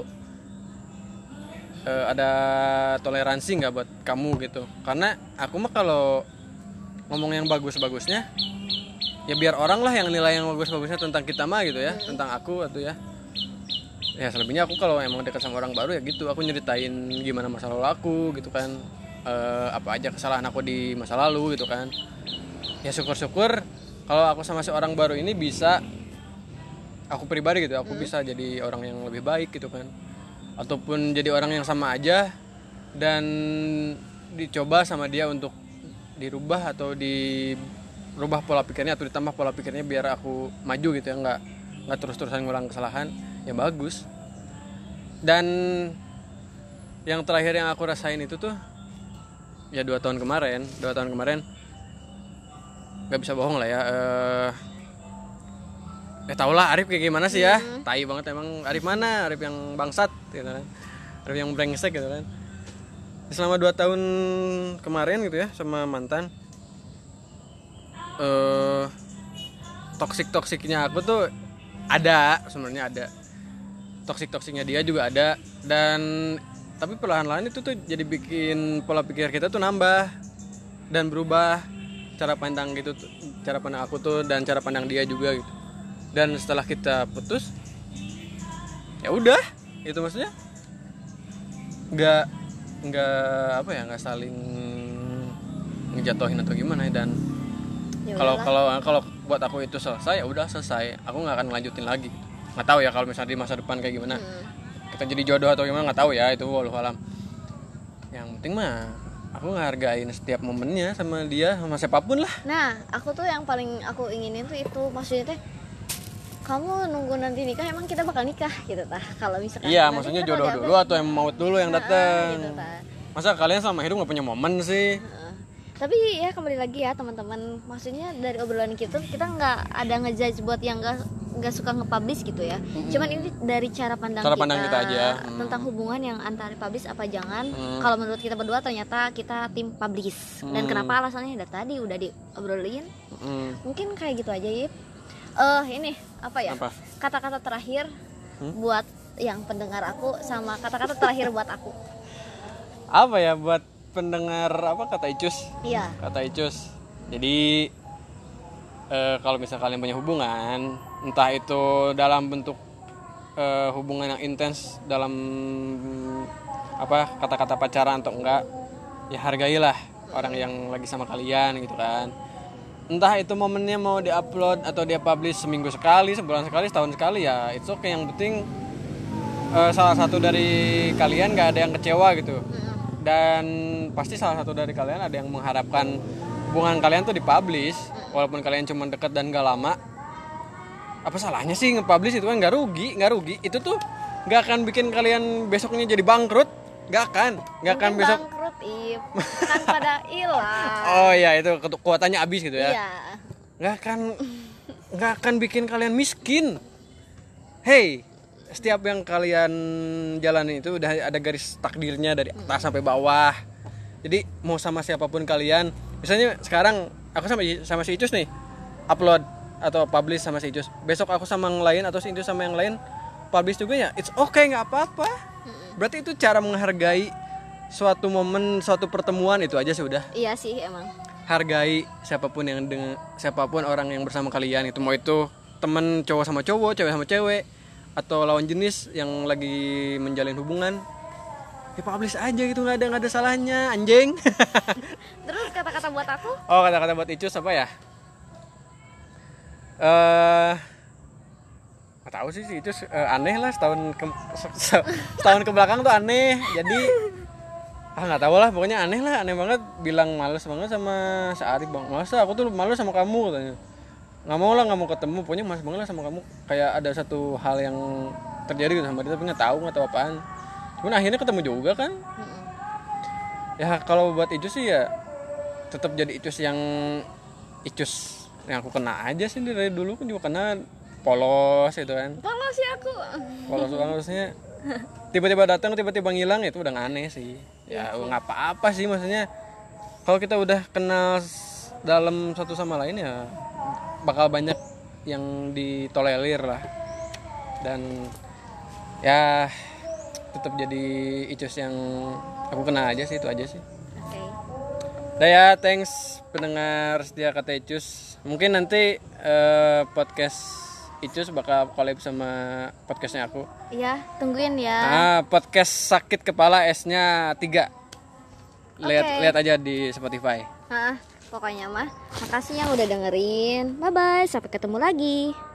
Ada toleransi nggak buat kamu gitu. Karena aku mah kalau ngomong yang bagus-bagusnya ya biar orang lah yang nilai yang bagus-bagusnya tentang kita mah gitu ya, tentang aku atau ya selebihnya aku kalau emang dekat sama orang baru ya gitu, aku nyeritain gimana masa lalu aku gitu kan, apa aja kesalahan aku di masa lalu gitu kan. Ya syukur-syukur kalau aku sama si orang baru ini bisa, aku pribadi gitu, aku bisa jadi orang yang lebih baik gitu kan, ataupun jadi orang yang sama aja dan dicoba sama dia untuk dirubah atau dirubah pola pikirnya atau ditambah pola pikirnya biar aku maju gitu ya, nggak terus-terusan ngulang kesalahan, ya bagus. Dan yang terakhir yang aku rasain itu tuh ya 2 tahun kemarin nggak bisa bohong lah ya, tau lah Arif kayak gimana sih ya, tai banget emang. Arif mana? Arif yang bangsat gitu kan, Arif yang brengsek gitu kan. Selama 2 tahun kemarin gitu ya sama mantan, toksik-toksiknya aku tuh ada, sebenarnya ada. Toksik-toksiknya dia juga ada, dan tapi perlahan-lahan itu tuh jadi bikin pola pikir kita tuh nambah dan berubah, cara pandang aku tuh dan cara pandang dia juga gitu. Dan setelah kita putus, ya udah, itu maksudnya nggak saling ngejatohin atau gimana. Dan kalau buat aku itu selesai, ya udah selesai, aku nggak akan ngelanjutin lagi. Nggak tahu ya kalau misalnya di masa depan kayak gimana, kita jadi jodoh atau gimana nggak tahu ya, itu wallahu alam. Yang penting mah aku ngehargain setiap momennya sama dia, sama siapapun lah. Nah, aku tuh yang paling aku inginin tuh itu, maksudnya teh kamu nunggu nanti nikah, emang kita bakal nikah gitu tah. Kalau misalkan iya, maksudnya jodoh dulu atau yang maut dulu yang datang. Gitu, Masa kalian selama hidup nggak punya momen sih? Tapi ya kembali lagi ya teman-teman, maksudnya dari obrolan kita nggak ada ngejudge buat yang nggak suka nge-publish gitu ya. Cuman ini dari cara pandang kita aja tentang hubungan yang antara publish apa jangan. Kalau menurut kita berdua ternyata kita tim publish. Dan kenapa alasannya dari tadi udah diobrolin. Mungkin kayak gitu aja Yip. Ini apa ya? Kata-kata terakhir buat yang pendengar aku sama kata-kata terakhir buat aku. Apa ya buat pendengar kata Icus? Iya. Kata Icus. Jadi kalau misalnya kalian punya hubungan, entah itu dalam bentuk hubungan yang intens dalam kata-kata pacaran atau enggak, ya hargailah orang yang lagi sama kalian gitu kan. Entah itu momennya mau diupload atau dia publish seminggu sekali, sebulan sekali, setahun sekali, ya itu oke. Yang penting salah satu dari kalian gak ada yang kecewa gitu. Dan pasti salah satu dari kalian ada yang mengharapkan hubungan kalian tuh dipublish, walaupun kalian cuma deket dan gak lama. Apa salahnya sih nge-publish itu kan? Gak rugi. Itu tuh gak akan bikin kalian besoknya jadi bangkrut. Gak akan besok bangkrut kan pada hilang. Oh iya, itu kekuatannya habis gitu ya. Iya. Gak akan bikin kalian miskin. Hey, setiap yang kalian jalani itu udah ada garis takdirnya dari atas sampai bawah. Jadi mau sama siapapun kalian, misalnya sekarang aku sama si Icus nih upload atau publish sama si Icus, besok aku sama yang lain atau si Icus sama yang lain publish juga ya, it's okay, nggak apa-apa. Berarti itu cara menghargai suatu momen, suatu pertemuan, itu aja sih udah. Iya sih emang. Hargai siapapun orang yang bersama kalian, itu mau itu temen cowok sama cowok, cewek sama cewek, atau lawan jenis yang lagi menjalin hubungan, ya publish aja gitu, nggak ada salahnya, anjing. Terus kata-kata buat aku? Oh, kata-kata buat Icus apa ya? Nggak tahu sih Icus, aneh lah setahun ke belakang tuh aneh. Jadi nggak tahu lah, pokoknya aneh banget. Bilang males banget sama Arif, bang, masa aku tuh males sama kamu katanya. Nggak mau ketemu, pokoknya males banget lah sama kamu. Kayak ada satu hal yang terjadi gitu sama dia, tapi nggak tahu apaan. Cuman akhirnya ketemu juga kan. Ya kalau buat Icus sih ya tetap jadi Icus yang aku kena aja sih dari dulu, kan juga kena polos itu kan. Polos sih aku. Polosnya tiba-tiba datang, tiba-tiba ngilang, itu udah aneh sih. Ya nggak apa-apa sih, maksudnya kalau kita udah kenal dalam satu sama lain ya bakal banyak yang ditolerir lah. Dan ya tetap jadi Icus yang aku kenal aja sih, itu aja sih. Oke. Dah ya, thanks pendengar setia kata Icus. Mungkin nanti podcast Icus bakal collab sama podcastnya aku. Iya, tungguin ya. Podcast sakit kepala S-nya 3. Lihat aja di Spotify. Pokoknya mah makasih yang udah dengerin. Bye bye, sampai ketemu lagi.